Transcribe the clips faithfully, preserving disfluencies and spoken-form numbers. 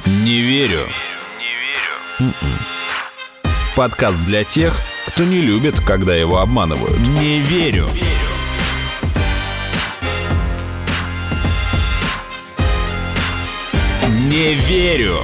Не верю. Не верю. Подкаст для тех, кто не любит, когда его обманывают. Не верю. Не верю.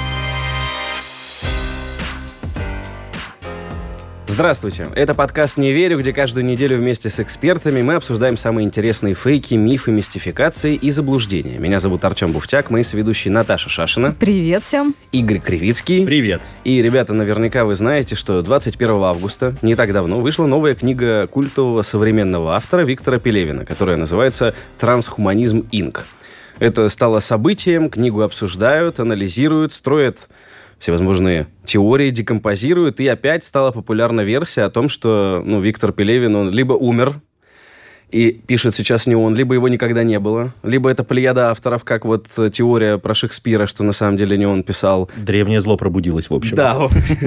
Здравствуйте, это подкаст «Не верю», где каждую неделю вместе с экспертами мы обсуждаем самые интересные фейки, мифы, мистификации и заблуждения. Меня зовут Артем Буфтяк, мои соведущие Наташа Шашина. Привет всем. Игорь Кривицкий. Привет. И, ребята, наверняка вы знаете, что двадцать первого августа, не так давно, вышла новая книга культового современного автора Виктора Пелевина, которая называется «Трансхуманизм инк». Это стало событием, книгу обсуждают, анализируют, строят всевозможные теории, декомпозируют, и опять стала популярна версия о том, что ну, Виктор Пелевин, он либо умер, и пишет сейчас не он, либо его никогда не было, либо это плеяда авторов, как вот теория про Шекспира, что на самом деле не он писал. Древнее зло пробудилось, в общем. Да.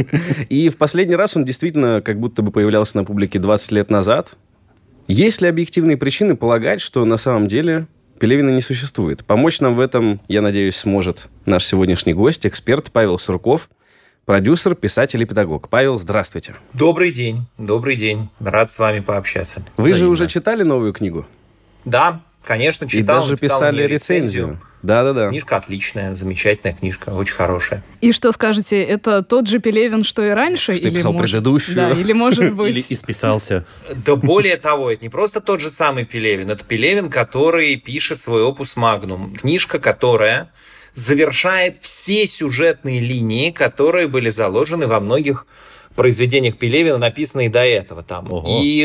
И в последний раз он действительно как будто бы появлялся на публике двадцать лет назад. Есть ли объективные причины полагать, что на самом деле Пелевина не существует? Помочь нам в этом, я надеюсь, сможет наш сегодняшний гость, эксперт Павел Сурков, продюсер, писатель и педагог. Павел, здравствуйте. Добрый день, добрый день. Рад с вами пообщаться. Вы Взаимно. же уже читали новую книгу? Да, конечно, читал. И даже писали рецензию. Да-да-да. Книжка отличная, замечательная книжка, очень хорошая. И что скажете, это тот же Пелевин, что и раньше? Что или писал может... предыдущую. Да, или может быть... Или исписался. Да более того, это не просто тот же самый Пелевин, это Пелевин, который пишет свой опус магнум. Книжка, которая завершает все сюжетные линии, которые были заложены во многих произведениях Пелевина, написанные до этого. Там Ого. и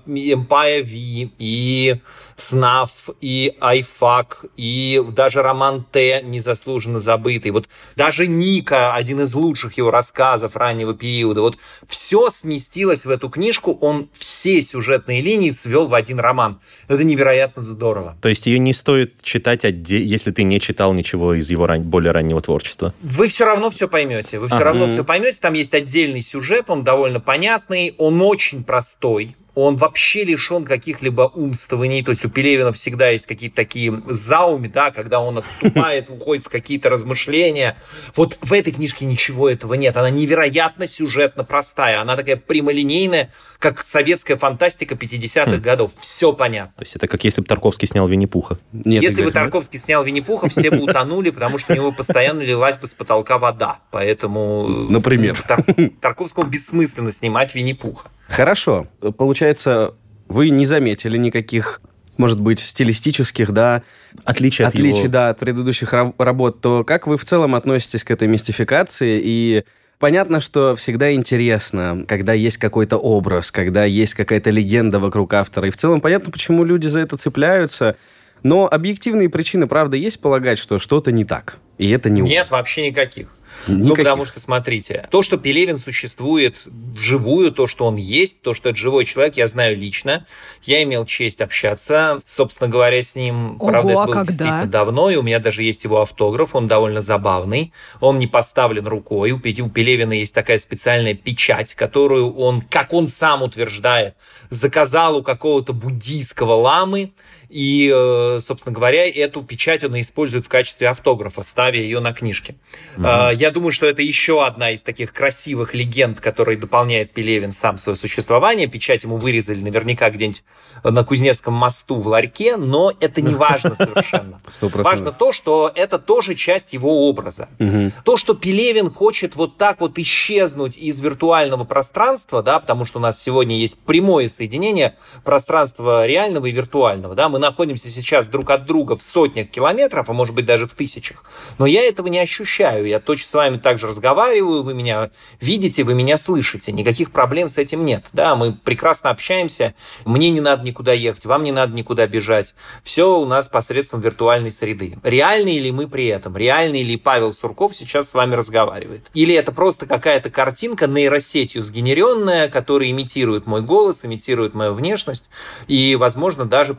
Empire V, и Снаф, и Айфак, и даже роман Т, незаслуженно забытый. Вот даже Ника, один из лучших его рассказов раннего периода. Вот все сместилось в эту книжку, он все сюжетные линии свел в один роман. Это невероятно здорово. То есть ее не стоит читать, если ты не читал ничего из его ран... более раннего творчества? Вы все равно все поймете. Вы все а, равно м-м. все поймете. Там есть отдельный сюжет, он довольно понятный, он очень простой. Он вообще лишен каких-либо умствований. То есть у Пелевина всегда есть какие-то такие зауми, да, когда он отступает, уходит в какие-то размышления. Вот в этой книжке ничего этого нет. Она невероятно сюжетно простая. Она такая прямолинейная, как советская фантастика пятидесятых хм. годов. Все понятно. То есть это как если бы Тарковский снял Винни-Пуха. Нет, если бы Тарковский снял Винни-Пуха, все бы утонули, потому что у него постоянно лилась бы с потолка вода. Поэтому... Например. Тар... Тарковскому бессмысленно снимать Винни-Пуха. Хорошо. Получается, вы не заметили никаких, может быть, стилистических, да, отличий, от, отличий его... да, от предыдущих работ, то как вы в целом относитесь к этой мистификации? И понятно, что всегда интересно, когда есть какой-то образ, когда есть какая-то легенда вокруг автора. И в целом понятно, почему люди за это цепляются. Но объективные причины, правда, есть полагать, что что-то не так. И это не... Нет, вообще никаких. Никаких. Ну, потому что, смотрите, то, что Пелевин существует вживую, то, что он есть, то, что это живой человек, я знаю лично. Я имел честь общаться, собственно говоря, с ним. Ого, правда, это а было когда? действительно давно, и у меня даже есть его автограф, он довольно забавный. Он не поставлен рукой. У Пелевина есть такая специальная печать, которую он, как он сам утверждает, заказал у какого-то буддийского ламы. И, собственно говоря, эту печать он использует в качестве автографа, ставя ее на книжке. Mm-hmm. Я думаю, что это еще одна из таких красивых легенд, которые дополняет Пелевин сам свое существование. Печать ему вырезали наверняка где-нибудь на Кузнецком мосту в ларьке, но это не важно совершенно. сто процентов. Важно то, что это тоже часть его образа. Mm-hmm. То, что Пелевин хочет вот так вот исчезнуть из виртуального пространства, да, потому что у нас сегодня есть прямое соединение пространства реального и виртуального, да, мы находимся сейчас друг от друга в сотнях километров, а может быть даже в тысячах. Но я этого не ощущаю. Я точно с вами также разговариваю, вы меня видите, вы меня слышите. Никаких проблем с этим нет. Да, мы прекрасно общаемся. Мне не надо никуда ехать, вам не надо никуда бежать. Все у нас посредством виртуальной среды. Реальны ли мы при этом? Реальный ли Павел Сурков сейчас с вами разговаривает? Или это просто какая-то картинка нейросетью сгенеренная, которая имитирует мой голос, имитирует мою внешность и, возможно, даже подстраивает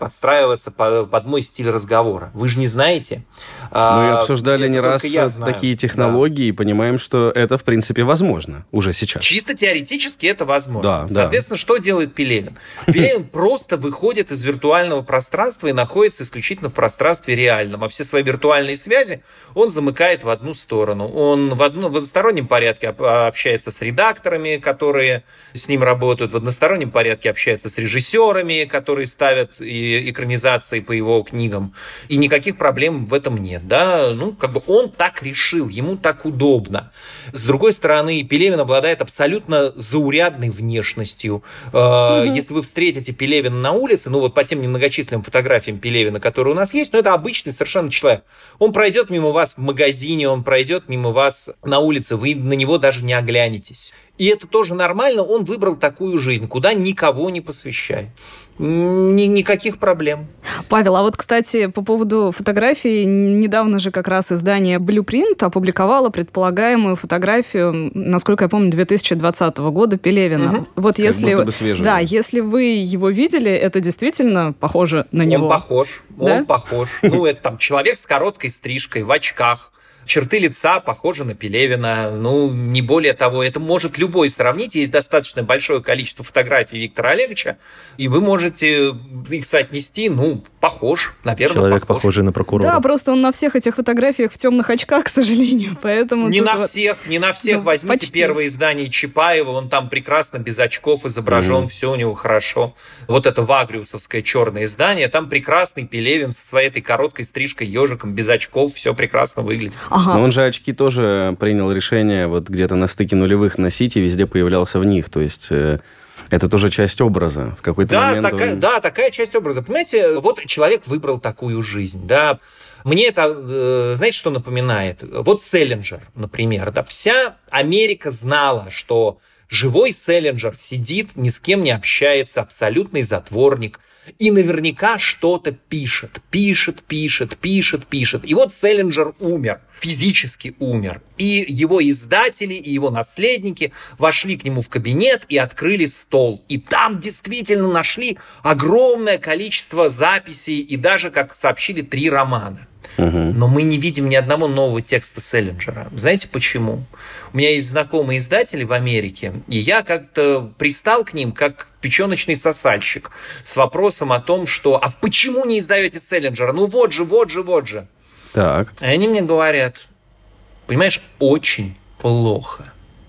подстраиваться под, под мой стиль разговора. Вы же не знаете. Мы а, обсуждали не раз такие технологии, да. И понимаем, что это, в принципе, возможно уже сейчас. Чисто теоретически это возможно. Да, Соответственно, да. что делает Пелевин? Пелевин просто выходит из виртуального пространства и находится исключительно в пространстве реальном. А все свои виртуальные связи он замыкает в одну сторону. Он в, одну, в одностороннем порядке общается с редакторами, которые с ним работают, в одностороннем порядке общается с режиссерами, которые ставят экранизации по его книгам. И никаких проблем в этом нет. Да? Ну, как бы он так решил, ему так удобно. С другой стороны, Пелевин обладает абсолютно заурядной внешностью. Mm-hmm. Если вы встретите Пелевина на улице, ну вот по тем немногочисленным фотографиям Пелевина, которые у нас есть, ну это обычный совершенно человек. Он пройдет мимо вас в магазине, он пройдет мимо вас на улице, вы на него даже не оглянетесь. И это тоже нормально, он выбрал такую жизнь, куда никого не посвящает. Ни, никаких проблем. Павел, а вот, кстати, по поводу фотографий, недавно же как раз издание Blueprint опубликовало предполагаемую фотографию, насколько я помню, две тысячи двадцатого года Пелевина. Угу. Вот как если, будто бы свежую. Да, если вы его видели, это действительно похоже на него. Он похож, да? он похож. Ну, это там человек с короткой стрижкой, в очках. Черты лица похожи на Пелевина, ну, не более того, это может любой сравнить, есть достаточно большое количество фотографий Виктора Олеговича, и вы можете их соотнести, ну, похож, наверное, человек похож. Похожий на прокурора. Да, просто он на всех этих фотографиях в темных очках, к сожалению, поэтому... Не на вот... всех, не на всех, ну, возьмите почти. Первое издание Чапаева, он там прекрасно без очков изображен, mm-hmm. все у него хорошо. Вот это вагриусовское черное издание, там прекрасный Пелевин со своей этой короткой стрижкой, ежиком, без очков, все прекрасно выглядит. Ага. Но он же очки тоже принял решение вот где-то на стыке нулевых носить и везде появлялся в них. То есть э, это тоже часть образа. В какой-то да, момент такая, он... да, такая часть образа. Понимаете, вот человек выбрал такую жизнь. Да. Мне это, э, знаете, что напоминает? Вот Селлинджер, например. Да. Вся Америка знала, что живой Селлинджер сидит, ни с кем не общается, абсолютный затворник. И наверняка что-то пишет, пишет, пишет, пишет, пишет. И вот Селлинджер умер, физически умер. И его издатели, и его наследники вошли к нему в кабинет и открыли стол. И там действительно нашли огромное количество записей и даже, как сообщили, три романа. Но мы не видим ни одного нового текста Селлинджера. Знаете почему? У меня есть знакомые издатели в Америке, и я как-то пристал к ним как печеночный сосальщик с вопросом о том, что «а почему не издаете Селлинджера? Ну вот же, вот же, вот же». Так. И они мне говорят, понимаешь, очень плохо.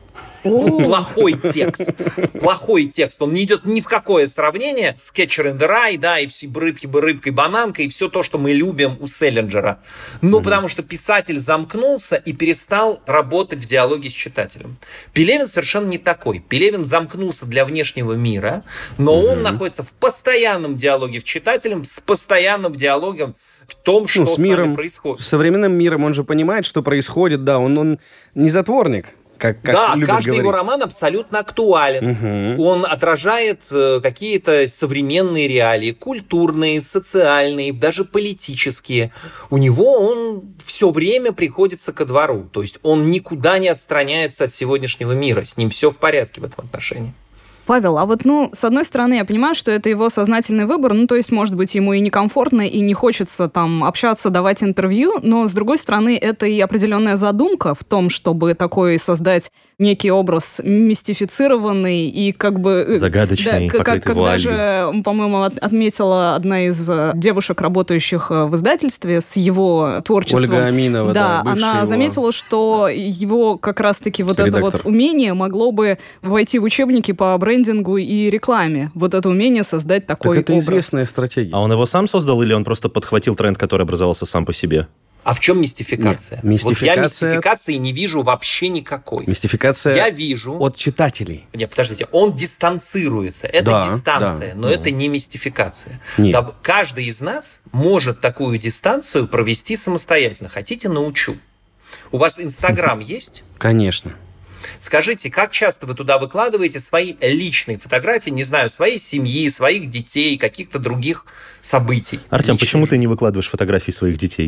Ну, плохой текст. Плохой текст. Он не идет ни в какое сравнение с Catcher in the Rye, да, и все рыбки, рыбкой, бананкой, и все то, что мы любим у Селлинджера. Ну, mm-hmm. потому что писатель замкнулся и перестал работать в диалоге с читателем. Пелевин совершенно не такой. Пелевин замкнулся для внешнего мира, но mm-hmm. он находится в постоянном диалоге с читателем, с постоянным диалогом в том, что ну, с, с миром, нами происходит. С современным миром он же понимает, что происходит, да, он, он не затворник. Как, как да, каждый говорить. его роман абсолютно актуален. Угу. Он отражает какие-то современные реалии, культурные, социальные, даже политические. У него он все время приходится ко двору. То есть он никуда не отстраняется от сегодняшнего мира. С ним все в порядке в этом отношении. Павел, а вот, ну, с одной стороны, я понимаю, что это его сознательный выбор, ну, то есть, может быть, ему и некомфортно, и не хочется там общаться, давать интервью, но, с другой стороны, это и определенная задумка в том, чтобы такой создать некий образ мистифицированный и как бы... Загадочный, да, покрытый как, вуалью. Когда же, по-моему, отметила одна из девушек, работающих в издательстве с его творчеством. Ольга Аминова, да, да, она его... заметила, что его как раз-таки вот Редактор. это вот умение могло бы войти в учебники по брендингу и рекламе. Вот это умение создать такой так это образ. Известная стратегия. А он его сам создал или он просто подхватил тренд, который образовался сам по себе? А в чем мистификация? Нет, мистификация... Вот я мистификации не вижу вообще никакой. Мистификация я вижу... от читателей. Нет, подождите, он дистанцируется. Это да, дистанция, да, но да. это не мистификация. Нет. Каждый из нас может такую дистанцию провести самостоятельно. Хотите, научу. У вас Инстаграм есть? Конечно. Скажите, как часто вы туда выкладываете свои личные фотографии, не знаю, своей семьи, своих детей, каких-то других событий? Артем, личных? Почему ты не выкладываешь фотографии своих детей?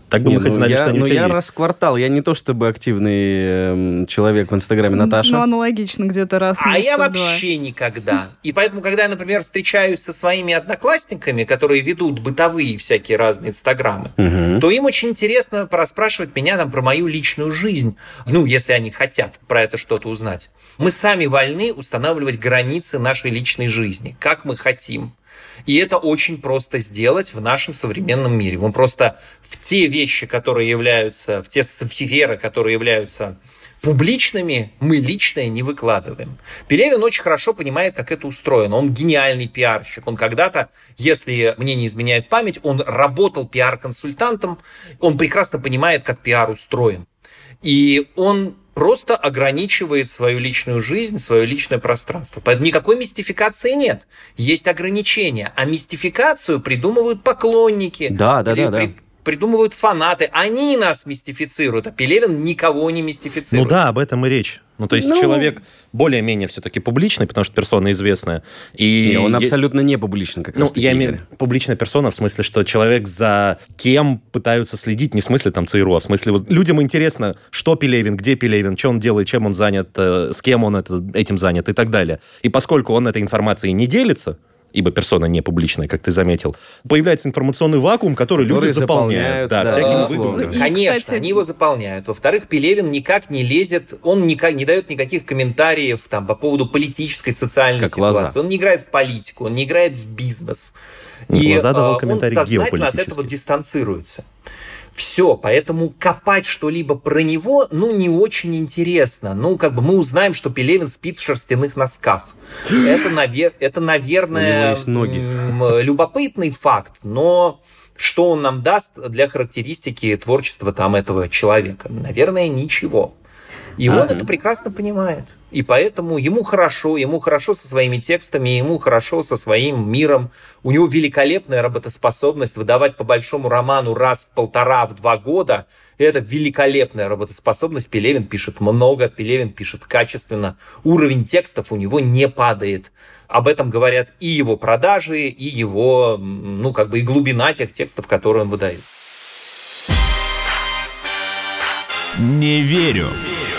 Так бы Не, мы хоть ну знали, я, что они ну у тебя я есть. раз в квартал. Я не то чтобы активный э, человек в Инстаграме, Наташа. Ну, аналогично, где-то раз в А я месяца два. вообще никогда. И поэтому, когда я, например, встречаюсь со своими одноклассниками, которые ведут бытовые всякие разные инстаграмы, Мгм. то им очень интересно расспрашивать меня там про мою личную жизнь. Ну, если они хотят про это что-то узнать. Мы сами вольны устанавливать границы нашей личной жизни, как мы хотим. И это очень просто сделать в нашем современном мире. Мы просто в те вещи, которые являются, в те сферы, которые являются публичными, мы личное не выкладываем. Пелевин очень хорошо понимает, как это устроено. Он гениальный пиарщик. Он когда-то, если мне не изменяет память, он работал пиар-консультантом. Он прекрасно понимает, как пиар устроен. И он просто ограничивает свою личную жизнь, свое личное пространство. Поэтому никакой мистификации нет. Есть ограничения. А мистификацию придумывают поклонники. Да, да, при- да, да. при- Придумывают фанаты. Они нас мистифицируют. А Пелевин никого не Ну мистифицирует. да, об этом и речь. Ну, то есть Ну. человек более-менее все-таки публичный, потому что персона известная. И Не, он есть- абсолютно не публичный, как Ну, раз таки, я имею в Игорь. виду публичная персона в смысле, что человек, за кем пытаются следить, не в смысле там ЦРУ, а в смысле вот людям интересно, что Пелевин, где Пелевин, что он делает, чем он занят, э, с кем он это, этим занят и так далее. И поскольку он этой информацией не делится, ибо персона не публичная, как ты заметил, появляется информационный вакуум, который, Который люди заполняют. заполняют, Да, да, всякими безусловно. выдумками. И, Конечно, кстати, они его заполняют. Во-вторых, Пелевин никак не лезет, он никак не дает никаких комментариев там, по поводу политической, социальной Как ситуации. Лоза. Он не играет в политику, он не играет в бизнес. Ну, И Лоза давал э, он комментарий сознательно от этого геополитический. дистанцируется. Все, поэтому копать что-либо про него, ну, не очень интересно. Ну, как бы мы узнаем, что Пелевин спит в шерстяных носках. Это, навер... это У него наверное, есть ноги. м, любопытный факт, но что он нам даст для характеристики творчества там этого человека? Наверное, ничего. И он Ага. это прекрасно понимает. И поэтому ему хорошо, ему хорошо со своими текстами, ему хорошо со своим миром. У него великолепная работоспособность выдавать по большому роману раз в полтора, в два года. Это великолепная работоспособность. Пелевин пишет много, Пелевин пишет качественно. Уровень текстов у него не падает. Об этом говорят и его продажи, и его, ну, как бы и глубина тех текстов, которые он выдает. Не верю.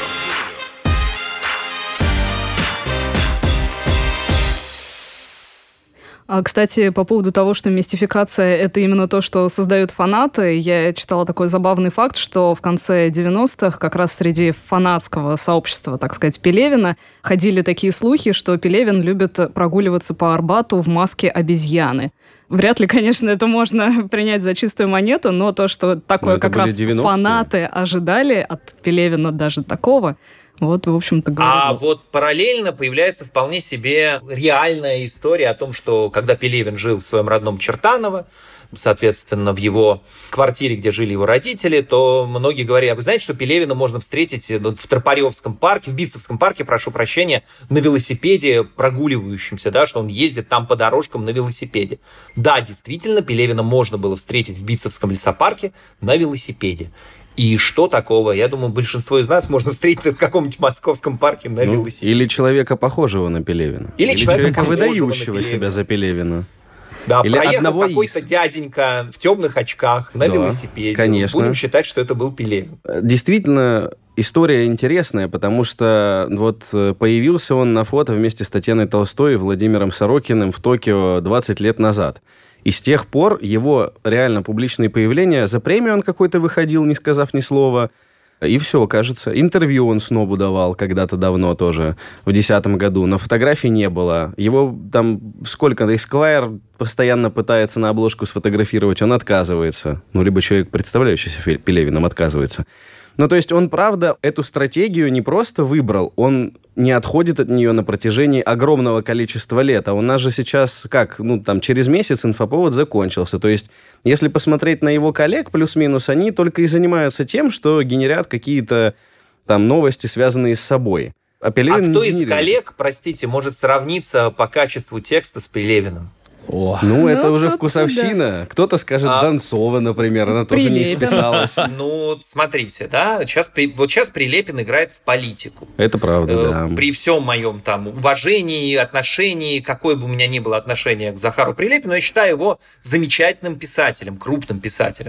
А, кстати, по поводу того, что мистификация — это именно то, что создают фанаты, я читала такой забавный факт, что в конце девяностых как раз среди фанатского сообщества, так сказать, Пелевина, ходили такие слухи, что Пелевин любит прогуливаться по Арбату в маске обезьяны. Вряд ли, конечно, это можно принять за чистую монету, но то, что такое это как были раз девяностые. фанаты ожидали от Пелевина даже такого, вот, в общем-то, А говорю. вот параллельно появляется вполне себе реальная история о том, что когда Пелевин жил в своем родном Чертаново, соответственно, в его квартире, где жили его родители, то многие говорят, а вы знаете, что Пелевина можно встретить в Тропаревском парке, в Битцевском парке, прошу прощения, на велосипеде прогуливающемся, да, что он ездит там по дорожкам на велосипеде. Да, действительно, Пелевина можно было встретить в Битцевском лесопарке на велосипеде. И что такого? Я думаю, большинство из нас можно встретить в каком-нибудь московском парке на Ну, велосипеде. или человека, похожего на Пелевина. Или человека, похожего выдающего на себя Пелевина. за Пелевина. Да, или проехал одного какой-то из. дяденька в темных очках на Да, велосипеде. конечно. Будем считать, что это был Пелевин. Действительно, история интересная, потому что вот появился он на фото вместе с Татьяной Толстой и Владимиром Сорокиным в Токио двадцать лет назад. И с тех пор его реально публичные появления, за премию он какой-то выходил, не сказав ни слова. И все, кажется. Интервью он Снобу давал когда-то давно тоже, в десятом году. Но фотографий не было. Его там сколько? Esquire постоянно пытается на обложку сфотографировать, он отказывается. Ну, либо человек, представляющийся Пелевиным, отказывается. Ну, то есть он, правда, эту стратегию не просто выбрал, он не отходит от нее на протяжении огромного количества лет. А у нас же сейчас, как, ну, там, через месяц инфоповод закончился. То есть, если посмотреть на его коллег, плюс-минус, они только и занимаются тем, что генерят какие-то там новости, связанные с собой. А, А Пелевин кто не из генерит. коллег, простите, может сравниться по качеству текста с Пелевиным? О, Ну, это Ну, уже тут вкусовщина. Кто-то скажет А- Донцова, например, она тоже не Прилепин. списалась. Ну, смотрите, да, сейчас, При- вот сейчас Прилепин играет в политику. Это правда, Э, да. При всем моем там уважении, отношении, какое бы у меня ни было отношение к Захару Прилепину, я считаю его замечательным писателем, крупным писателем.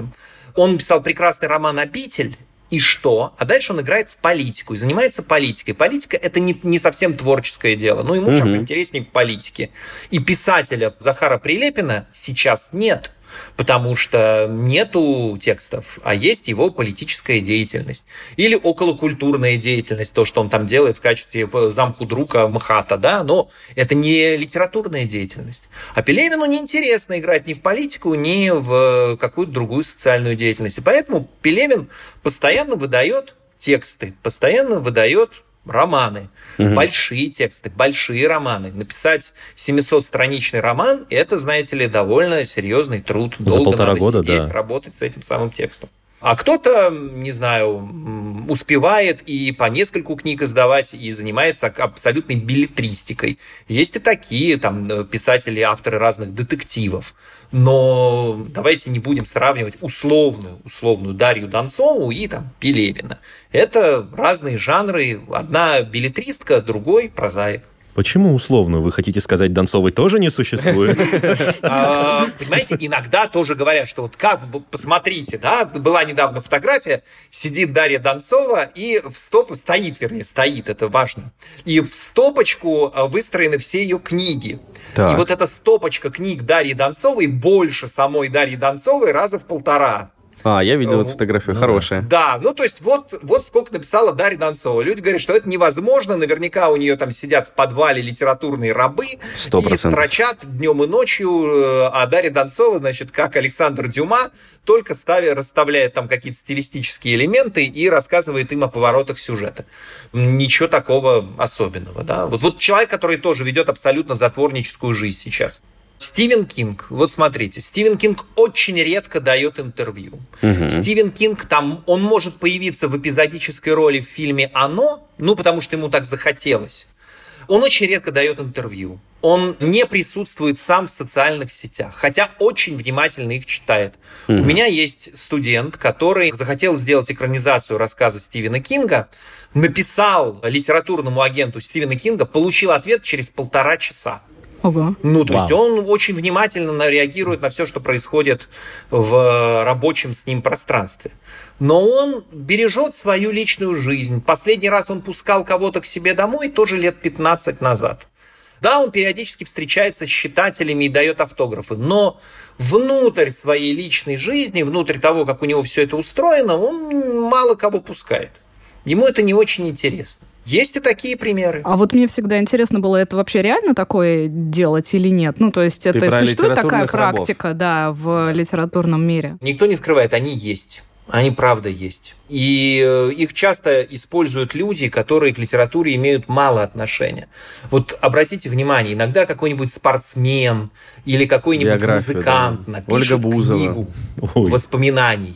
Он написал прекрасный роман «Обитель». И что? А дальше он играет в политику и занимается политикой. Политика – это не, не совсем творческое дело. Но ему сейчас интереснее в политике. И писателя Захара Прилепина сейчас нет. Потому что нету текстов, а есть его политическая деятельность. Или околокультурная деятельность, то, что он там делает в качестве замхудрука МХАТа, да, но это не литературная деятельность. А Пелевину неинтересно играть ни в политику, ни в какую-то другую социальную деятельность. И поэтому Пелевин постоянно выдает тексты, постоянно выдает романы, угу. большие тексты, большие романы. Написать семисотстраничный роман – это, знаете ли, довольно серьезный труд. За Долго полтора надо года, сидеть, да. работать с этим самым текстом. А кто-то, не знаю, успевает и по нескольку книг издавать, и занимается абсолютной беллетристикой. Есть и такие там писатели, авторы разных детективов. Но давайте не будем сравнивать условную, условную Дарью Донцову и там Пелевина. Это разные жанры. Одна беллетристка, другой прозаик. Почему условно? Вы хотите сказать, Донцовой тоже не существует? Понимаете, иногда тоже говорят, что вот как, посмотрите, да, была недавно фотография, сидит Дарья Донцова и в стоп, стоит, вернее, стоит, это важно, и в стопочку выстроены все ее книги. Так. И вот эта стопочка книг Дарьи Донцовой больше самой Дарьи Донцовой раза в полтора. А, я видел эту фотографию, ну, хорошая. Да, ну то есть вот, вот сколько написала Дарья Донцова. Люди говорят, что это невозможно, наверняка у нее там сидят в подвале литературные рабы сто процентов. И строчат днем и ночью, а Дарья Донцова, значит, как Александр Дюма, только ставя, расставляет там какие-то стилистические элементы и рассказывает им о поворотах сюжета. Ничего такого особенного, да. Вот, вот человек, который тоже ведет абсолютно затворническую жизнь сейчас. Стивен Кинг, вот смотрите, Стивен Кинг очень редко дает интервью. Угу. Стивен Кинг, там, он может появиться в эпизодической роли в фильме «Оно», ну, потому что ему так захотелось. Он очень редко дает интервью. Он не присутствует сам в социальных сетях, хотя очень внимательно их читает. Угу. У меня есть студент, который захотел сделать экранизацию рассказа Стивена Кинга, написал литературному агенту Стивена Кинга, получил ответ через полтора часа. Ого. Ну, то Вау. есть он очень внимательно реагирует на все, что происходит в рабочем с ним пространстве. Но он бережет свою личную жизнь. Последний раз он пускал кого-то к себе домой тоже лет пятнадцать назад. Да, он периодически встречается с читателями и дает автографы, но внутрь своей личной жизни, внутрь того, как у него все это устроено, он мало кого пускает. Ему это не очень интересно. Есть и такие примеры. А вот мне всегда интересно было, это вообще реально такое делать или нет? Ну, то есть это существует такая практика, да, в литературном мире? Никто не скрывает, они есть. Они правда есть. И их часто используют люди, которые к литературе имеют мало отношения. Вот обратите внимание, иногда какой-нибудь спортсмен или какой-нибудь биографию, музыкант да. напишет Ольга Бузова. книгу Ой. воспоминаний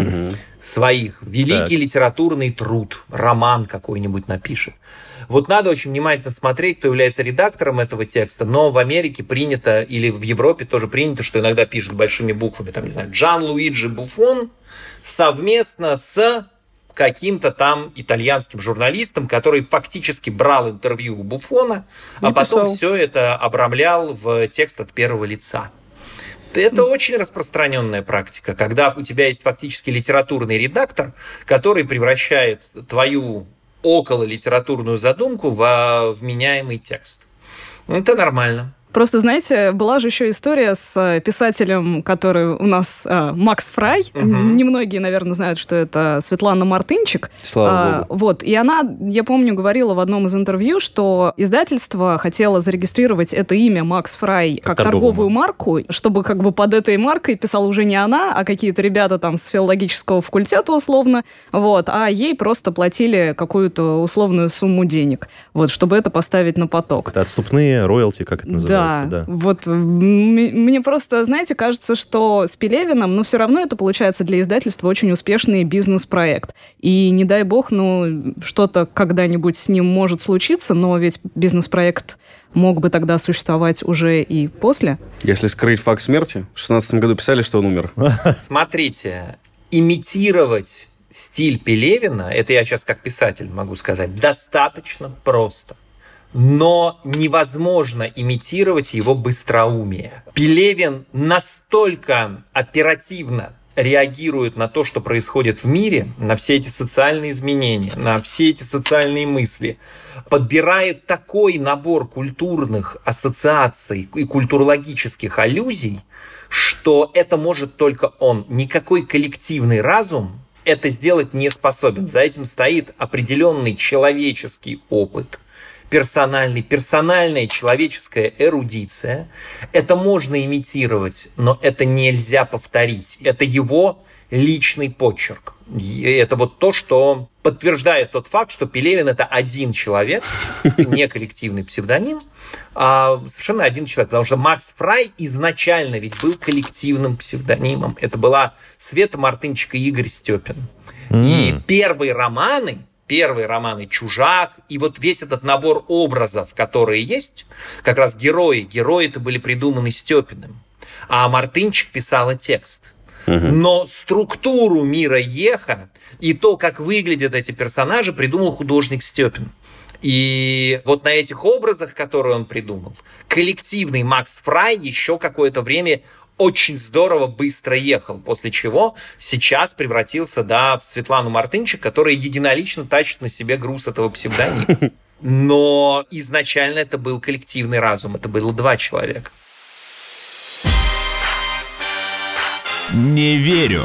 своих. Великий Так. литературный труд, роман какой-нибудь напишет. Вот надо очень внимательно смотреть, кто является редактором этого текста, но в Америке принято, или в Европе тоже принято, что иногда пишут большими буквами, там, не знаю, Джан-Луиджи Буффон совместно с каким-то там итальянским журналистом, который фактически брал интервью у Буффона, а потом писал. все это обрамлял в текст от первого лица. Это очень распространенная практика, когда у тебя есть фактически литературный редактор, который превращает твою окололитературную задумку во вменяемый текст. Это нормально. Просто, знаете, была же еще история с писателем, который у нас а, Макс Фрай. Угу. Немногие, наверное, знают, что это Светлана Мартынчик. Слава а, богу. Вот. И она, я помню, говорила в одном из интервью, что издательство хотело зарегистрировать это имя Макс Фрай как, Как торговую торговую марку, чтобы как бы под этой маркой писала уже не она, а какие-то ребята там с филологического факультета условно, вот, а ей просто платили какую-то условную сумму денег, вот, чтобы это поставить на поток. Это отступные роялти, как это называется. Да, Да. вот м- мне просто, знаете, кажется, что с Пелевиным, но все равно это получается для издательства очень успешный бизнес-проект. И не дай бог, ну, что-то когда-нибудь с ним может случиться, но ведь бизнес-проект мог бы тогда существовать уже и после. Если скрыть факт смерти, в шестнадцатом году писали, что он умер. Смотрите, имитировать стиль Пелевина, это я сейчас как писатель могу сказать, достаточно просто. Но невозможно имитировать его быстроумие. Пелевин настолько оперативно реагирует на то, что происходит в мире, на все эти социальные изменения, на все эти социальные мысли, подбирает такой набор культурных ассоциаций и культурологических аллюзий, что это может только он. Никакой коллективный разум это сделать не способен. За этим стоит определенный человеческий опыт, персональный, персональная человеческая эрудиция. Это можно имитировать, но это нельзя повторить. Это его личный почерк. И это вот то, что подтверждает тот факт, что Пелевин – это один человек, не коллективный псевдоним, а совершенно один человек. Потому что Макс Фрай изначально ведь был коллективным псевдонимом. Это была Света Мартынчик и Игорь Степин. Mm. И первые романы, первые романы «Чужак», и вот весь этот набор образов, которые есть, как раз герои, герои-то были придуманы Степиным, а Мартынчик писала текст. Но структуру мира Еха и то, как выглядят эти персонажи, придумал художник Степин. И вот на этих образах, которые он придумал, коллективный Макс Фрай еще какое-то время очень здорово быстро ехал, после чего сейчас превратился, да, в Светлану Мартынчик, которая единолично тащит на себе груз этого псевдонима. Но изначально это был коллективный разум, это было два человека. Не верю.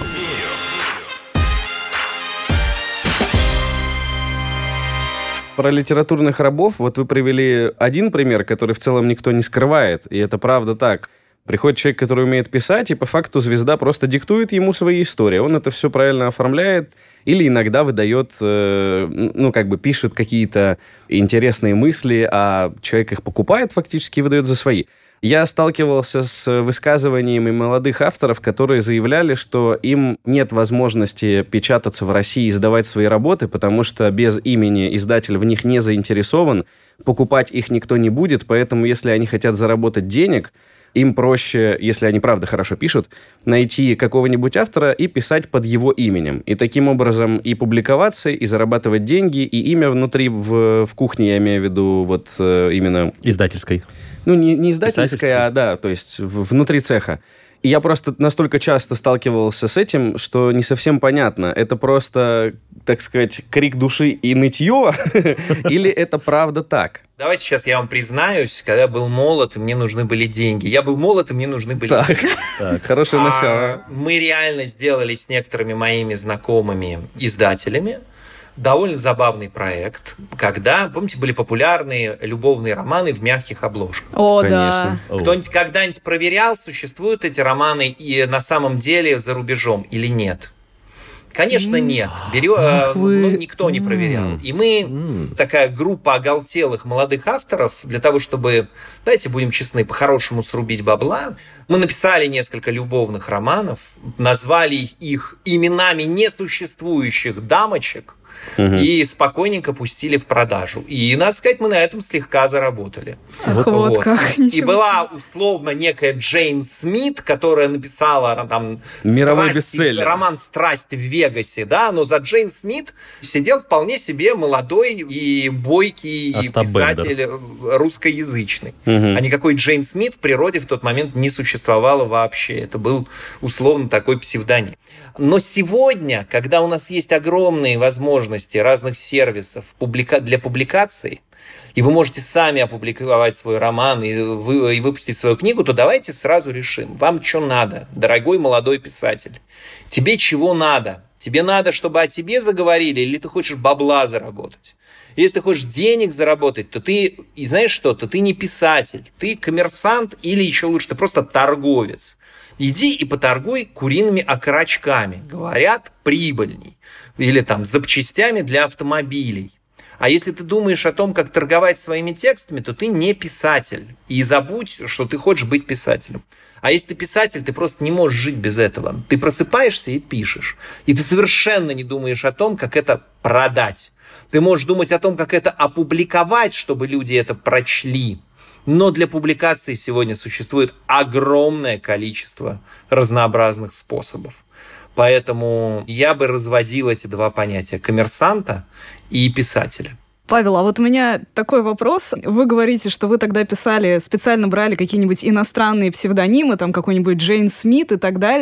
Про литературных рабов, вот вы привели один пример, который в целом никто не скрывает, и это правда так. Приходит человек, который умеет писать, и по факту звезда просто диктует ему свои истории. Он это все правильно оформляет или иногда выдает, э, ну, как бы пишет какие-то интересные мысли, а человек их покупает фактически и выдает за свои. Я сталкивался с высказываниями молодых авторов, которые заявляли, что им нет возможности печататься в России и издавать свои работы, потому что без имени издатель в них не заинтересован, покупать их никто не будет, поэтому если они хотят заработать денег, им проще, если они правда хорошо пишут, найти какого-нибудь автора и писать под его именем. И таким образом и публиковаться, и зарабатывать деньги, и имя внутри, в, в кухне, я имею в виду, вот именно... Издательской. Ну, не, не издательская, а, да, то есть в, внутри цеха. И я просто настолько часто сталкивался с этим, что не совсем понятно, это просто, так сказать, крик души и нытье, или это правда так? Давайте сейчас я вам признаюсь, когда я был молод, и мне нужны были деньги. Я был молод, и мне нужны были так, деньги. Так, хорошее начало. А, мы реально сделали с некоторыми моими знакомыми издателями довольно забавный проект, когда, помните, были популярные любовные романы в мягких обложках. О, конечно. Да. Кто-нибудь когда-нибудь проверял, существуют эти романы и на самом деле за рубежом или нет? Конечно, нет. Берё... Ах вы... ну, никто не проверял. И мы, такая группа оголтелых молодых авторов, для того, чтобы, давайте будем честны, по-хорошему срубить бабла, мы написали несколько любовных романов, назвали их именами несуществующих дамочек, угу. и спокойненько пустили в продажу. И, надо сказать, мы на этом слегка заработали. Ах, вот, вот как. И была условно некая Джейн Смит, которая написала там мировой страсть, бестселлер. Роман «Страсть в Вегасе», да, но за Джейн Смит сидел вполне себе молодой и бойкий Остап писатель Бендер. русскоязычный. Угу. А никакой Джейн Смит в природе в тот момент не существовало вообще. Это был условно такой псевдоним. Но сегодня, когда у нас есть огромные возможности разных сервисов для публикации, и вы можете сами опубликовать свой роман и, вы, и выпустить свою книгу, то давайте сразу решим, вам что надо, дорогой молодой писатель. Тебе чего надо? Тебе надо, чтобы о тебе заговорили, или ты хочешь бабла заработать? Если ты хочешь денег заработать, то ты, и знаешь что, то ты не писатель, ты коммерсант или еще лучше, ты просто торговец. Иди и поторгуй куриными окорочками. Говорят, прибыльней. Или там запчастями для автомобилей. А если ты думаешь о том, как торговать своими текстами, то ты не писатель. И забудь, что ты хочешь быть писателем. А если ты писатель, ты просто не можешь жить без этого. Ты просыпаешься и пишешь. И ты совершенно не думаешь о том, как это продать. Ты можешь думать о том, как это опубликовать, чтобы люди это прочли. Но для публикации сегодня существует огромное количество разнообразных способов. Поэтому я бы разводил эти два понятия – коммерсанта и писателя. Павел, а вот у меня такой вопрос. Вы говорите, что вы тогда писали, специально брали какие-нибудь иностранные псевдонимы, там какой-нибудь Джейн Смит и так далее.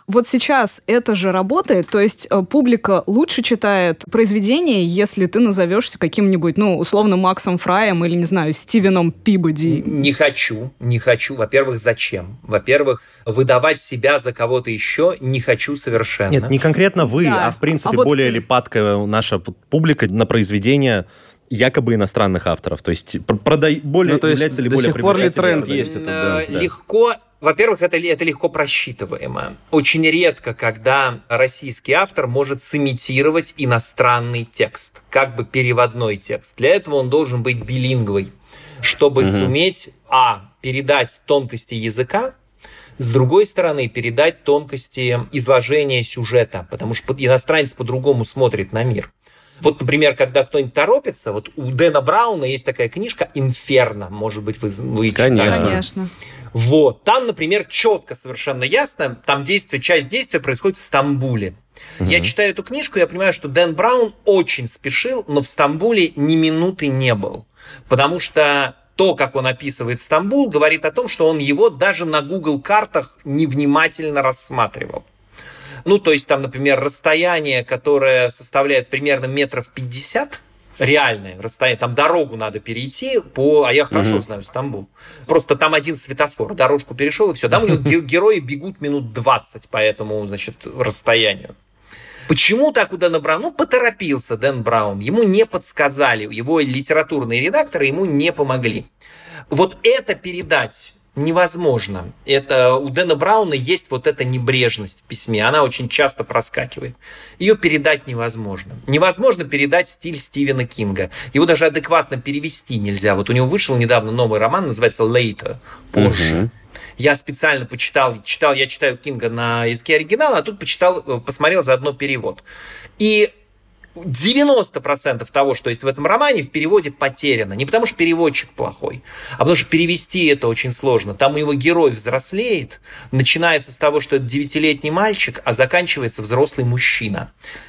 Вот сейчас это же работает, то есть э, публика лучше читает произведение, если ты назовешься каким-нибудь, ну, условно, Максом Фраем или, не знаю, Стивеном Пибоди. Не хочу, не хочу. Во-первых, зачем? Во-первых, выдавать себя за кого-то еще не хочу совершенно. Нет, не конкретно вы, Да. а в принципе А вот- более ли падкая наша публика на произведения якобы иностранных авторов. То есть пр- продай... более, Ну, то есть является ли до более сих пор ли привлекательным тренд продать? есть этот, да, Э, да. Легко, во-первых, это, ли- это легко просчитываемо. Очень редко, когда российский автор может сымитировать иностранный текст, как бы переводной текст. Для этого он должен быть билингвой, чтобы Мгм. суметь, а, передать тонкости языка, с другой стороны, передать тонкости изложения сюжета, потому что иностранец по-другому смотрит на мир. Вот, например, когда кто-нибудь торопится, вот у Дэна Брауна есть такая книжка «Инферно», может быть, вы, вы Конечно. читали. Конечно. Вот, там, например, четко совершенно ясно, там действие, часть действия происходит в Стамбуле. Я читаю эту книжку, я понимаю, что Дэн Браун очень спешил, но в Стамбуле ни минуты не был. Потому что то, как он описывает Стамбул, говорит о том, что он его даже на Google картах невнимательно рассматривал. Ну, то есть там, например, расстояние, которое составляет примерно метров пятьдесят, реальное расстояние, там дорогу надо перейти, по, а я хорошо Мгм. знаю Стамбул. Просто там один светофор, дорожку перешел, и все. Там у него ге- герои бегут минут двадцать по этому, значит, расстоянию. Почему так у Дэна Брауна? Ну, поторопился Дэн Браун. Ему не подсказали, его литературные редакторы ему не помогли. Вот это передать невозможно. Это, у Дэна Брауна есть вот эта небрежность в письме. Она очень часто проскакивает. Ее передать невозможно. Невозможно передать стиль Стивена Кинга. Его даже адекватно перевести нельзя. Вот у него вышел недавно новый роман, называется «Later», позже. Мгм. Я специально почитал, читал, я читаю Кинга на языке оригинала, а тут почитал, посмотрел заодно перевод. И девяносто процентов того, что есть в этом романе, в переводе потеряно. Не потому, что переводчик плохой, а потому, что перевести это очень сложно. Там у него герой взрослеет, начинается с того, что это девятилетний мальчик, а заканчивается взрослый мужчина.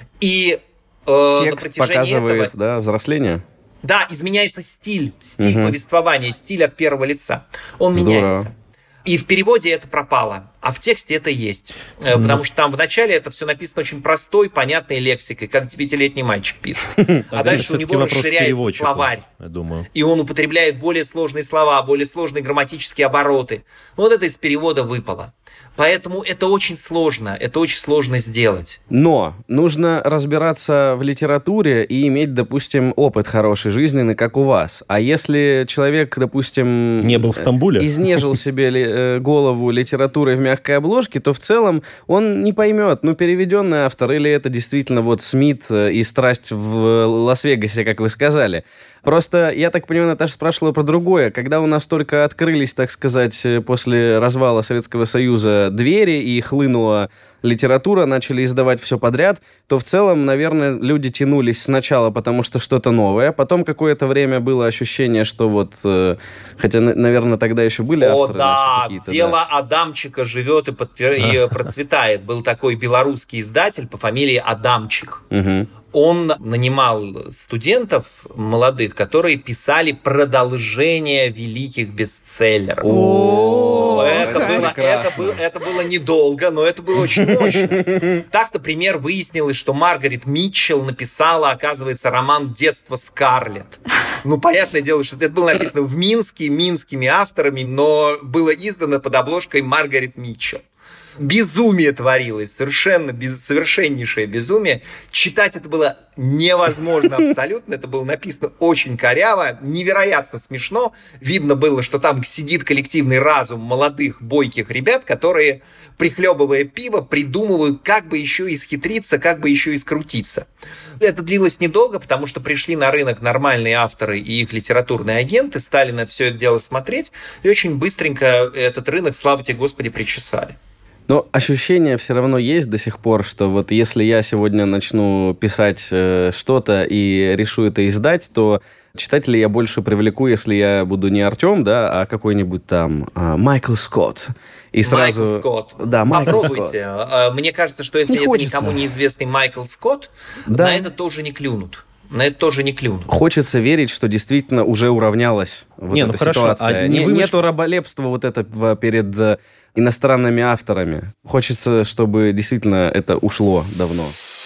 И э, на Текст протяжении показывает, этого... да, взросление. Да, изменяется стиль, стиль Мгм. повествования, стиль от первого лица. Он Здорово. меняется. И в переводе это пропало, а в тексте это есть. Э, Потому что там в начале это все написано очень простой, понятной лексикой, как девятилетний мальчик пишет. А Тогда дальше у всё-таки него вопрос к расширяется переводчику, словарь. я думаю. И он употребляет более сложные слова, более сложные грамматические обороты. Вот это из перевода выпало. Поэтому это очень сложно, это очень сложно сделать. Но нужно разбираться в литературе и иметь, допустим, опыт хороший, жизненный, как у вас. А если человек, допустим... Не был в Стамбуле? э, Изнежил себе ли- э, голову литературой в мягкой обложке, то в целом он не поймет, ну, переведенный автор, или это действительно вот Смит э, и страсть в Лас-Вегасе, как вы сказали. Просто, я так понимаю, Наташа спрашивала про другое. Когда у нас только открылись, так сказать, э, после развала Советского Союза двери и хлынула литература, начали издавать все подряд, то в целом, наверное, люди тянулись сначала, потому что что-то новое, потом какое-то время было ощущение, что вот, э, хотя, на- наверное, тогда еще были О, авторы да, наши какие-то. дело да. Адамчика живет и, подтвер- и процветает. Был такой белорусский издатель по фамилии Адамчик. Мгм. Он нанимал студентов молодых, которые писали продолжение великих бестселлеров. О, Это как было, это, прекрасно. было, это было недолго, но это было очень мощно. Так, например, выяснилось, что Маргарет Митчелл написала, оказывается, роман «Детство Скарлетт». Ну, понятное дело, что это было написано в Минске, минскими авторами, но было издано под обложкой Маргарет Митчелл. Безумие творилось, совершенно без, совершеннейшее безумие. Читать это было невозможно абсолютно. Это было написано очень коряво, невероятно смешно. Видно было, что там сидит коллективный разум молодых, бойких ребят, которые, прихлебывая пиво, придумывают, как бы еще исхитриться, как бы еще и скрутиться. Это длилось недолго, потому что пришли на рынок нормальные авторы и их литературные агенты, стали на все это дело смотреть, и очень быстренько этот рынок, слава тебе, Господи, причесали. Но ощущение все равно есть до сих пор, что вот если я сегодня начну писать э, что-то и решу это издать, то читателей я больше привлеку, если я буду не Артем, да, а какой-нибудь там э, Майкл Скотт. И сразу... Майкл Скотт. Да, Майкл Попробуйте. Скотт. А, Мне кажется, что если Не это хочется. никому неизвестный Майкл Скотт, Да. на это тоже не клюнут. на это тоже не клюнут. Хочется верить, что действительно уже уравнялась вот не, эта ну хорошо, ситуация. а не не, вымыш... Нету раболепства вот этого перед э, иностранными авторами. Хочется, чтобы действительно это ушло давно.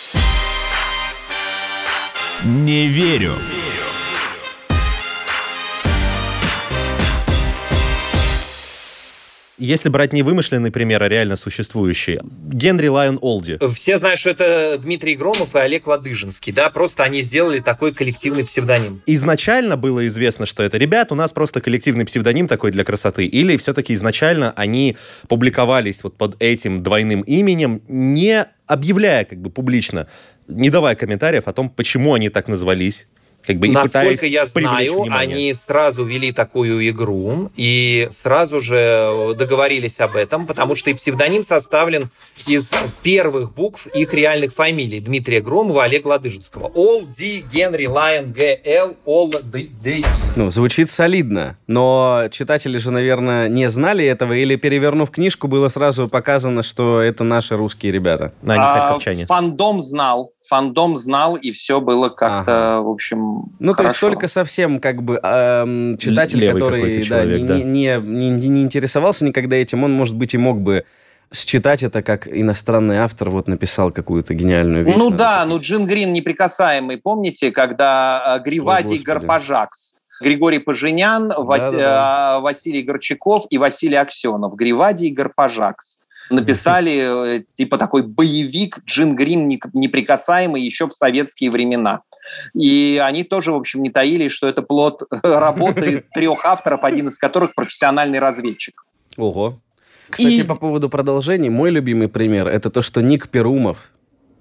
Не верю. Если брать не вымышленный пример, а реально существующий. Генри Лайон Олди. Все знают, что это Дмитрий Громов и Олег Ладыжинский, да, просто они сделали такой коллективный псевдоним. Изначально было известно, что это ребят, у нас просто коллективный псевдоним такой для красоты, или все-таки изначально они публиковались вот под этим двойным именем, не объявляя как бы публично, не давая комментариев о том, почему они так назвались? Как бы, и Насколько я знаю, внимание. Они сразу вели такую игру и сразу же договорились об этом, потому что и псевдоним составлен из первых букв их реальных фамилий. Дмитрия Громова, Олега Ладыжинского. Ол, Ди, Генри, Лайон, Г, Л, Ол, Д, Д. Ну, звучит солидно, но читатели же, наверное, не знали этого, или, перевернув книжку, было сразу показано, что это наши русские ребята? На них харьковчане. А, фандом знал. Фандом знал, и все было как-то, ага. в общем, Ну, хорошо. то есть только совсем, как бы, э, читатель, Левый который да, человек, не, да. Не, не, не, не интересовался никогда этим, он, может быть, и мог бы считать это как иностранный автор вот написал какую-то гениальную вещь. Ну да, ну Джин Грин неприкасаемый, помните, когда э, Гривадий Гарпажакс, Григорий Поженян, да, Вас... да, да. Василий Горчаков и Василий Аксенов, Гривадий Гарпажакс. Написали типа такой боевик Джин Грин неприкасаемый еще в советские времена. И они тоже, в общем, не таились, что это плод работы трех авторов, один из которых профессиональный разведчик. Ого. Кстати, и... по поводу продолжений, мой любимый пример – это то, что Ник Перумов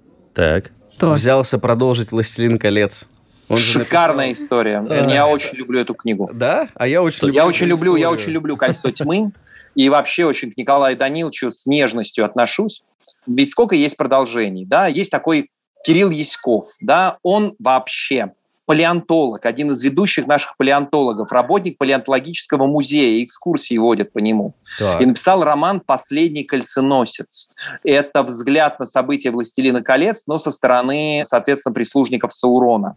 так. взялся продолжить «Властелин колец». Он Шикарная написал... история. А... Я очень люблю эту книгу. Да? А я очень люблю я очень люблю, я очень люблю «Кольцо тьмы». И вообще очень к Николаю Даниловичу с нежностью отношусь. Ведь сколько есть продолжений, да? Есть такой Кирилл Яськов, да? Он вообще палеонтолог, один из ведущих наших палеонтологов, работник палеонтологического музея, экскурсии водят по нему. Так. И написал роман «Последний кольценосец». Это взгляд на события «Властелина колец», но со стороны, соответственно, прислужников Саурона.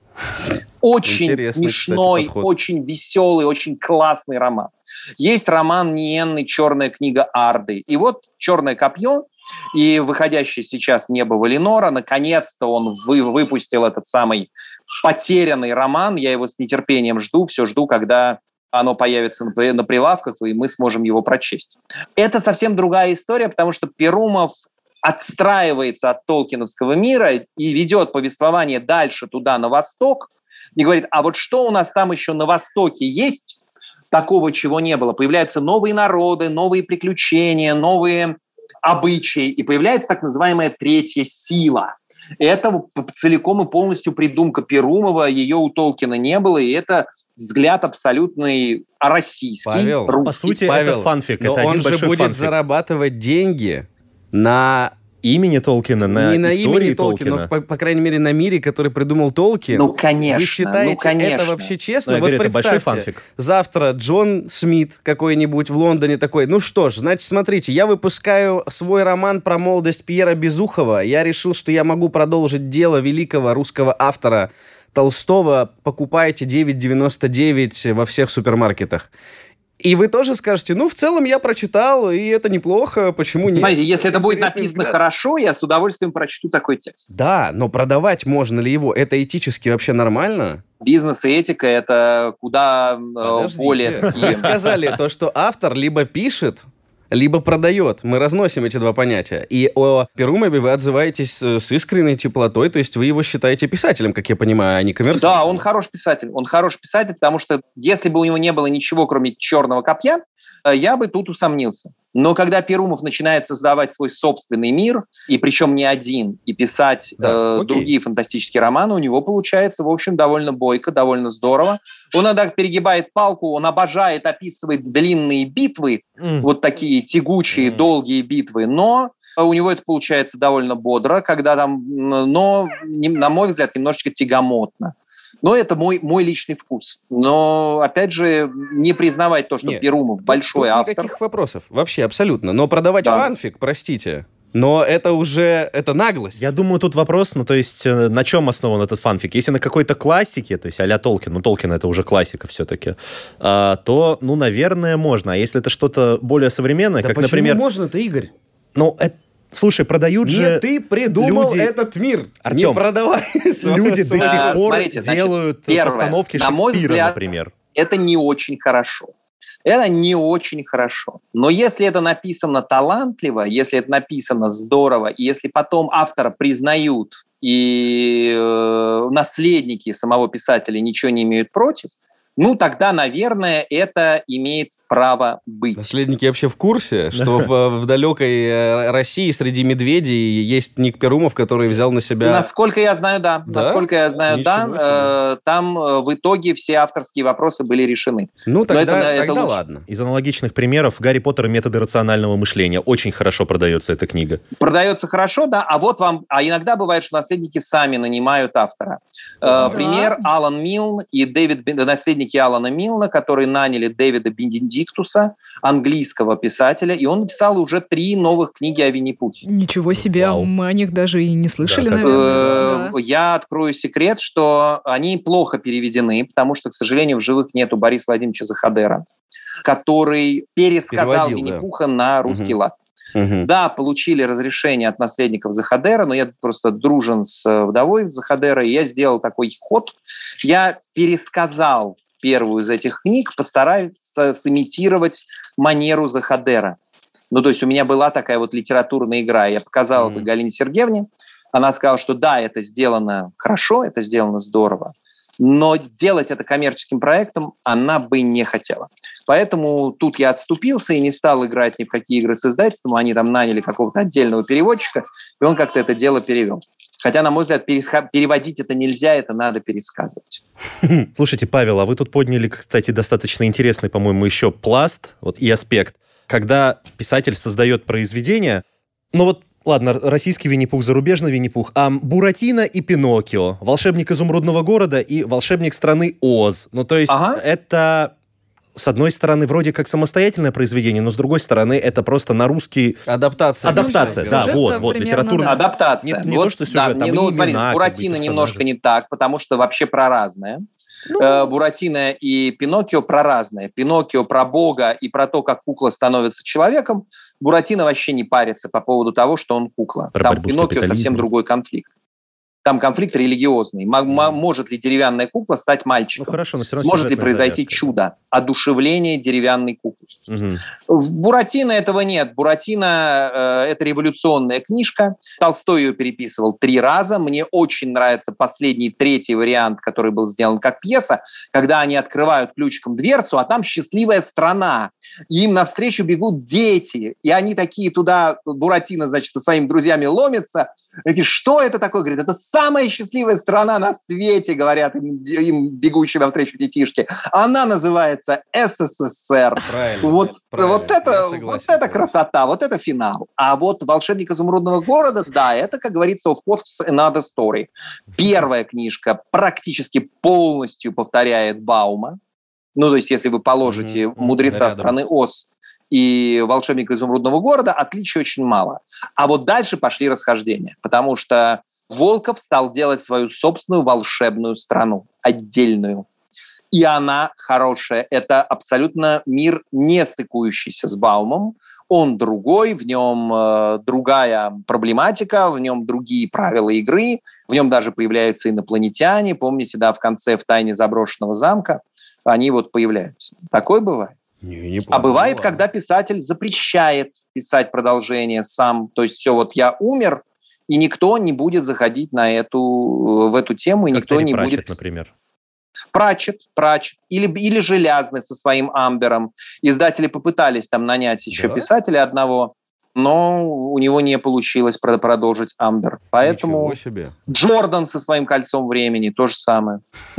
Очень Интересный, смешной, кстати, очень веселый, очень классный роман. Есть роман Ниенны «Черная книга Арды». И вот «Черное копье» и выходящий сейчас «Небо Валинора», наконец-то он вы, выпустил этот самый потерянный роман. Я его с нетерпением жду, все жду, когда оно появится на, на прилавках, и мы сможем его прочесть. Это совсем другая история, потому что Перумов отстраивается от толкиновского мира и ведет повествование дальше туда, на восток, и говорит, а вот что у нас там еще на востоке есть, такого, чего не было. Появляются новые народы, новые приключения, новые обычаи, и появляется так называемая третья сила. Это целиком и полностью придумка Перумова, ее у Толкина не было, и это взгляд абсолютный российский, Павел, русский. По сути, Павел, это фанфик, это один он же большой будет фанфик. зарабатывать деньги на... Имени Толкина, на не на истории имени Толкина, Толкина. но, по, по крайней мере, на мире, который придумал Толкин. Ну, конечно. Вы считаете ну, конечно. это вообще честно? Ну, я вот говорю, это большой представьте, фанфик. завтра Джон Смит какой-нибудь в Лондоне такой, ну что ж, значит, смотрите, я выпускаю свой роман про молодость Пьера Безухова, я решил, что я могу продолжить дело великого русского автора Толстого, покупайте девять девяносто девять во всех супермаркетах. И вы тоже скажете, ну, в целом я прочитал, и это неплохо, почему нет? Смотрите, если это будет Интересный написано взгляд. хорошо, я с удовольствием прочту такой текст. Да, но продавать можно ли его? Это этически вообще нормально? Бизнес и этика – это куда Подождите. более такие... Вы сказали то, что автор либо пишет, либо продает. Мы разносим эти два понятия. И о Перумове вы отзываетесь с искренней теплотой, то есть вы его считаете писателем, как я понимаю, а не коммерсантом. Да, он хороший писатель. Он хороший писатель, потому что если бы у него не было ничего, кроме «Черного копья», я бы тут усомнился. Но когда Перумов начинает создавать свой собственный мир, и причем не один, и писать да, э, другие фантастические романы, у него получается, в общем, довольно бойко, довольно здорово. Он иногда перегибает палку, он обожает описывать длинные битвы, mm. вот такие тягучие, mm. долгие битвы, но у него это получается довольно бодро, когда там, но, на мой взгляд, немножечко тягомотно. Но это мой, мой личный вкус. Но, опять же, не признавать то, что Нет, Перумов большой тут автор. Никаких вопросов. Вообще, абсолютно. Но продавать да. фанфик, простите, Но это уже, это наглость. Я думаю, тут вопрос, ну, то есть, на чем основан этот фанфик? Если на какой-то классике, то есть а-ля Толкин, ну, Толкин это уже классика все-таки, а, то, ну, наверное, можно. А если это что-то более современное, Да как, почему например... можно-то, Игорь? Ну, это... Слушай, продают Нет, же... ты придумал люди... этот мир. Артем, не продавай. Люди до сих пор Смотрите, значит, делают первое, постановки на мой Шекспира, взгляд, например. Это не очень хорошо. Это не очень хорошо. Но если это написано талантливо, если это написано здорово, и если потом автора признают, и э, наследники самого писателя ничего не имеют против, ну, тогда, наверное, это имеет право быть. Наследники вообще в курсе, что в, в далекой России среди медведей есть Ник Перумов, который взял на себя... Насколько я знаю, да. Да? Насколько я знаю, Ничего да. себе. Э, там э, в итоге все авторские вопросы были решены. Ну, тогда, это- это тогда лучше. ладно. Из аналогичных примеров «Гарри Поттер и методы рационального мышления». Очень хорошо продается эта книга. Продается хорошо, да, а вот вам, а иногда бывает, что наследники сами нанимают автора. Э, Да. Пример: Алан Милн и Дэвид, Бен- наследники Алана Милна, которые наняли Дэвида Бенедиктуса, английского писателя, и он написал уже три новых книги о Винни-Пухе. Ничего себе, Вау. мы о них даже и не слышали, Да, как- наверное. Э, Да. Я открою секрет, что они плохо переведены, потому что, к сожалению, в живых нету Бориса Владимировича Заходера, который пересказал Переводил, да. Винни-Пуха на русский Мгм. лад. Мгм. Да, получили разрешение от наследников Заходера, но я просто дружен с э, вдовой Заходера, и я сделал такой ход. Я пересказал первую из этих книг, постарался сымитировать манеру Заходера. Ну, то есть у меня была такая вот литературная игра. Я показал Мгм. это Галине Сергеевне. Она сказала, что да, это сделано хорошо, это сделано здорово, но делать это коммерческим проектом она бы не хотела. Поэтому тут я отступился и не стал играть ни в какие игры с издательством. Они там наняли какого-то отдельного переводчика, и он как-то это дело перевел. Хотя, на мой взгляд, пересха- переводить это нельзя, это надо пересказывать. Слушайте, Павел, а вы тут подняли, кстати, достаточно интересный, по-моему, еще пласт вот, и аспект. Когда писатель создает произведение, ну вот, ладно, российский Винни-Пух, зарубежный Винни-Пух, а Буратино и Пиноккио, волшебник изумрудного города и волшебник страны Оз. Ну, то есть Ага. это, с одной стороны, вроде как самостоятельное произведение, но с другой стороны, это просто на русский... Адаптация. Адаптация, Ну, да, сюжет-то вот, вот, примерно, литературная. да. Адаптация. Не- не то, что сюжет, там не- и ну, смотрите, имена, с как бы, Буратино персонажи. немножко не так, потому что вообще про разное. Ну. Э, Буратино и Пиноккио про разное. Пиноккио про Бога и про то, как кукла становится человеком. Буратино вообще не парится по поводу того, что он кукла. Про Там борьбу с Пиноккио совсем капитализмом. другой конфликт. Там конфликт религиозный. М- м- может ли деревянная кукла стать Ну, мальчиком? хорошо, но все равно Сможет ли сюжетная произойти завязка. чудо? Одушевление деревянной куклы. Мгм. В Буратино этого нет. Буратино э, это революционная книжка. Толстой ее переписывал три раза. Мне очень нравится последний, третий вариант, который был сделан как пьеса, когда они открывают ключиком дверцу, а там счастливая страна. И им навстречу бегут дети. И они такие туда, Буратино, значит, со своими друзьями ломятся. Такие, что это такое? Говорит, это самая счастливая страна на свете, говорят им, им бегущие навстречу детишки. Она называется СССР. Правильно. Вот, правильно, вот, это, я вот согласен. это красота, вот это финал. А вот «Волшебник изумрудного города», да, это, как говорится, of course, another story. Первая книжка практически полностью повторяет Баума. Ну, то есть, если вы положите Мгм, «Мудреца рядом. страны Оз» и «Волшебника изумрудного города», отличий очень мало. А вот дальше пошли расхождения, потому что Волков стал делать свою собственную волшебную страну, отдельную. И она хорошая. Это абсолютно мир, не стыкующийся с Баумом. Он другой, в нем э, другая проблематика, в нем другие правила игры, в нем даже появляются инопланетяне. Помните, да, в конце «В тайне заброшенного замка» они вот появляются. Такое бывает. Не, не помню. А бывает, Ну, когда ладно. писатель запрещает писать продолжение сам. То есть все, вот я умер, и никто не будет заходить на эту, в эту тему, и Как никто Терри не Пратчетт, будет... например. Прачет, Прачет. Или, или Желязный со своим Амбером. Издатели попытались там нанять еще Да? писателя одного, но у него не получилось про- продолжить Амбер. Поэтому Ничего себе. Джордан со своим «Кольцом времени» то же самое.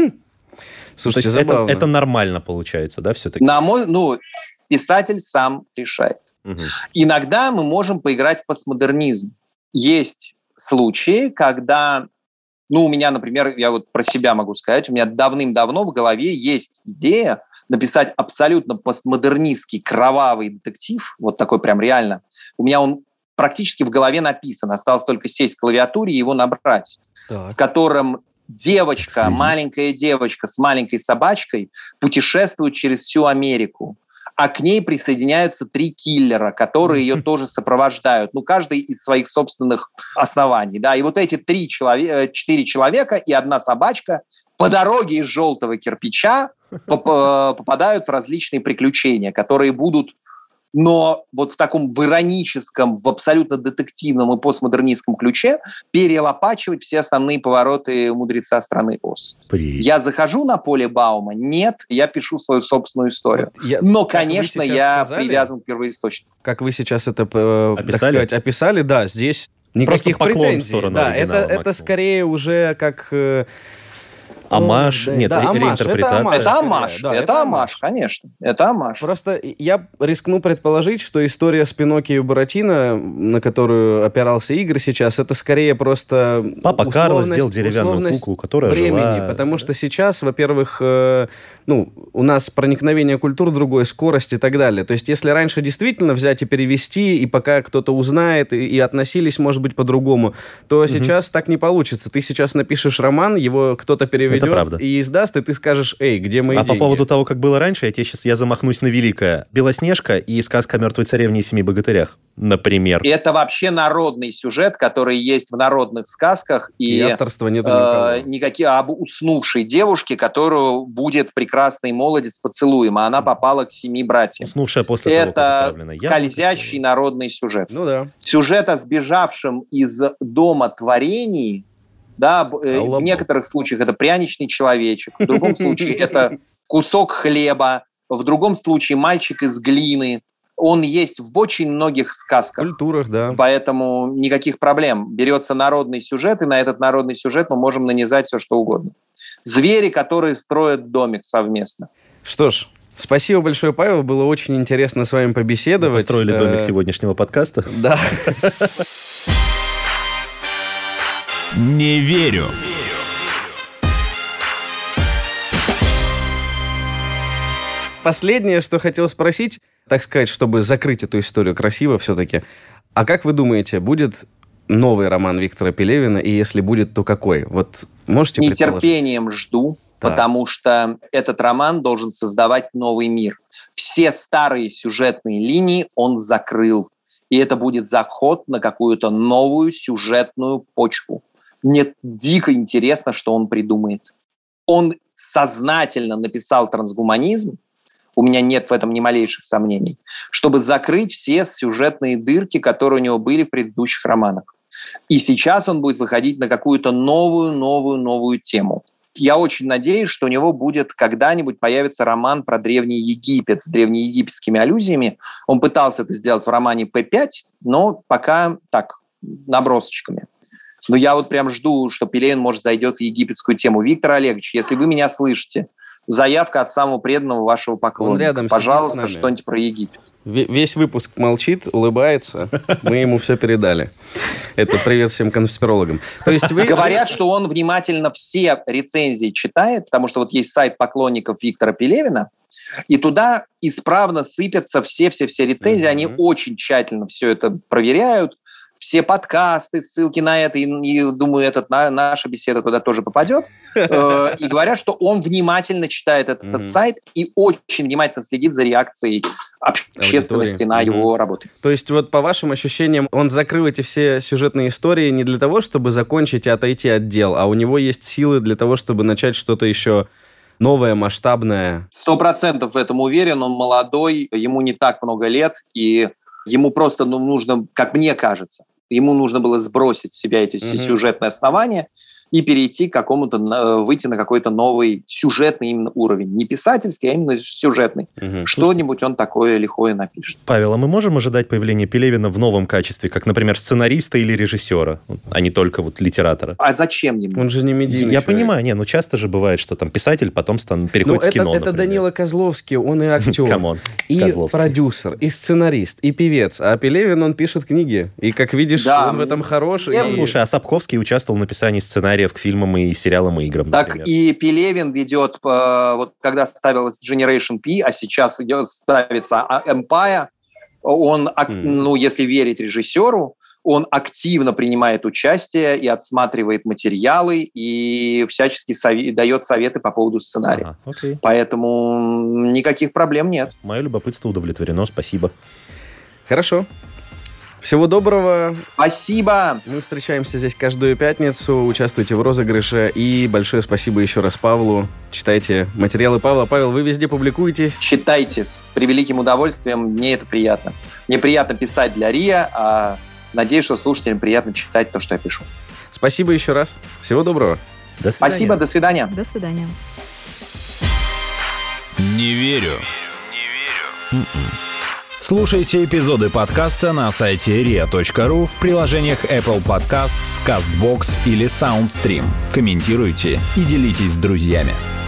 Слушайте, То есть это, забавно. это нормально получается, да, все-таки? На мой, ну, писатель сам решает. Мгм. Иногда мы можем поиграть в постмодернизм. Есть случаи, когда, ну, у меня, например, я вот про себя могу сказать, у меня давным-давно в голове есть идея написать абсолютно постмодернистский кровавый детектив, вот такой прям реально. У меня он практически в голове написан. Осталось только сесть к клавиатуре и его набрать. Так. В котором девочка, Эксклюзив. маленькая девочка с маленькой собачкой путешествует через всю Америку. А к ней присоединяются три киллера, которые ее тоже сопровождают. Ну, каждый из своих собственных оснований. Да? И вот эти три человека, четыре человека и одна собачка по дороге из желтого кирпича попадают в различные приключения, которые будут, но вот в таком в ироническом, в абсолютно детективном и постмодернистском ключе перелопачивать все основные повороты «Мудреца страны Оз». При... Я захожу на поле Баума? Нет, я пишу свою собственную историю. Вот я, но, конечно, я сказали, привязан к первоисточнику. Как вы сейчас это, э, Описали? так сказать, описали, да, здесь никаких Просто поклон в претензий. сторону Да, это, оригинала, это максимум. скорее уже как... Э, Амаш, да, нет, да, ре- амаш, реинтерпретация. это амаш. Это амаш, Да, это, это амаш, амаш. конечно. Это амаш. Просто я рискну предположить, что история с Пиноккио и Буратино, на которую опирался Игорь сейчас, это скорее просто Папа Карло условность- сделал деревянную условность куклу, которая времени, жила... потому что сейчас, во-первых, э, ну, у нас проникновение культур другой, скорость и так далее. То есть, если раньше действительно взять и перевести, и пока кто-то узнает, и, и относились, может быть, по-другому, то Мгм. сейчас так не получится. Ты сейчас напишешь роман, его кто-то переведет правда. и издаст, и ты скажешь: эй, где мои А деньги? по поводу того, как было раньше, я тебе сейчас я замахнусь на великое. «Белоснежка» и «Сказка о мертвой царевне и семи богатырях», например. И это вообще народный сюжет, который есть в народных сказках. И И, авторства нету никого. э, никакие об уснувшей девушке, которую будет прекрасный молодец поцелуем, а она попала к семи братьям. Уснувшая после того, как Это отравлена. Я скользящий народный сюжет. Ну да. Сюжет о сбежавшем из дома творении, да, б- э, в Колобок. некоторых случаях это пряничный человечек, в другом случае это кусок хлеба, в другом случае мальчик из глины. Он есть в очень многих В сказках. культурах, да. Поэтому никаких проблем. Берется народный сюжет, и на этот народный сюжет мы можем нанизать все, что угодно. Звери, которые строят домик совместно. Что ж, спасибо большое, Павел. Было очень интересно с вами Мы побеседовать. построили домик Э, сегодняшнего подкаста. Да. Не верю. Последнее, что хотел спросить, так сказать, чтобы закрыть эту историю красиво все-таки. А как вы думаете, будет новый роман Виктора Пелевина? И если будет, то какой? Вот можете С предположить? нетерпением жду, Так. потому что этот роман должен создавать новый мир. Все старые сюжетные линии он закрыл. И это будет заход на какую-то новую сюжетную почву. Мне дико интересно, что он придумает. Он сознательно написал трансгуманизм, у меня нет в этом ни малейших сомнений, чтобы закрыть все сюжетные дырки, которые у него были в предыдущих романах. И сейчас он будет выходить на какую-то новую, новую, новую тему. Я очень надеюсь, что у него будет когда-нибудь появится роман про Древний Египет с древнеегипетскими аллюзиями. Он пытался это сделать в романе Пэ пять, но пока так, набросочками. Но я вот прям жду, что Пелевин, может, зайдет в египетскую тему. Виктор Олегович, если вы меня слышите, заявка от самого преданного вашего поклонника. Он рядом сидит с Пожалуйста, нами. что-нибудь про Египет. Ве- Весь выпуск молчит, улыбается. Мы ему все передали. Это привет всем конспирологам. То есть вы... Говорят, что он внимательно все рецензии читает, потому что вот есть сайт поклонников Виктора Пелевина, и туда исправно сыпятся все-все-все рецензии. Мгм. Они очень тщательно все это проверяют. Все подкасты, ссылки на это, и, и думаю, этот, на, наша беседа туда тоже попадет. Э, И говорят, что он внимательно читает этот, этот Мгм. сайт и очень внимательно следит за реакцией общественности Аудитории. на Мгм. его работы. То есть вот по вашим ощущениям он закрыл эти все сюжетные истории не для того, чтобы закончить и отойти от дел, а у него есть силы для того, чтобы начать что-то еще новое, масштабное. Сто процентов в этом уверен. Он молодой, ему не так много лет, и ему просто ну, нужно, как мне кажется, ему нужно было сбросить с себя эти все Мгм. сюжетные основания и перейти к какому-то, на- выйти на какой-то новый сюжетный именно уровень. Не писательский, а именно сюжетный. Мгм. Что-нибудь он такое лихое напишет. Павел, а мы можем ожидать появления Пелевина в новом качестве, как, например, сценариста или режиссера, а не только вот литератора? А зачем ему? Он же не медийный Я человек. понимаю, не, ну часто же бывает, что там писатель потом стан- Ну, переходит в это, кино, это например. Данила Козловский, он и актер, Камон, и Козловский. продюсер, и сценарист, и певец. А Пелевин, он пишет книги. И, как видишь, Да. он в этом хорош. Я- и- Слушай, а Сапковский участвовал в написании сценариев к фильмам и сериалам и играм, Так например. и Пелевин ведет, э, вот когда ставилась Generation P, а сейчас идет, ставится а, Empire, Он, mm. ну, если верить режиссеру, он активно принимает участие и отсматривает материалы и всячески совет, дает советы по поводу сценария. Ага, окей. Поэтому никаких проблем нет. Мое любопытство удовлетворено, спасибо. Хорошо. Всего доброго. Спасибо. Мы встречаемся здесь каждую пятницу. Участвуйте в розыгрыше. И большое спасибо еще раз Павлу. Читайте материалы Павла. Павел, вы везде публикуетесь? Читайте. С превеликим удовольствием. Мне это приятно. Мне приятно писать для РИА, а надеюсь, что слушателям приятно читать то, что я пишу. Спасибо еще раз. Всего доброго. До свидания. Спасибо. До свидания. До свидания. Не верю. Не верю. Слушайте эпизоды подкаста на сайте риа точка ру, в приложениях Apple Podcasts, CastBox или SoundStream. Комментируйте и делитесь с друзьями.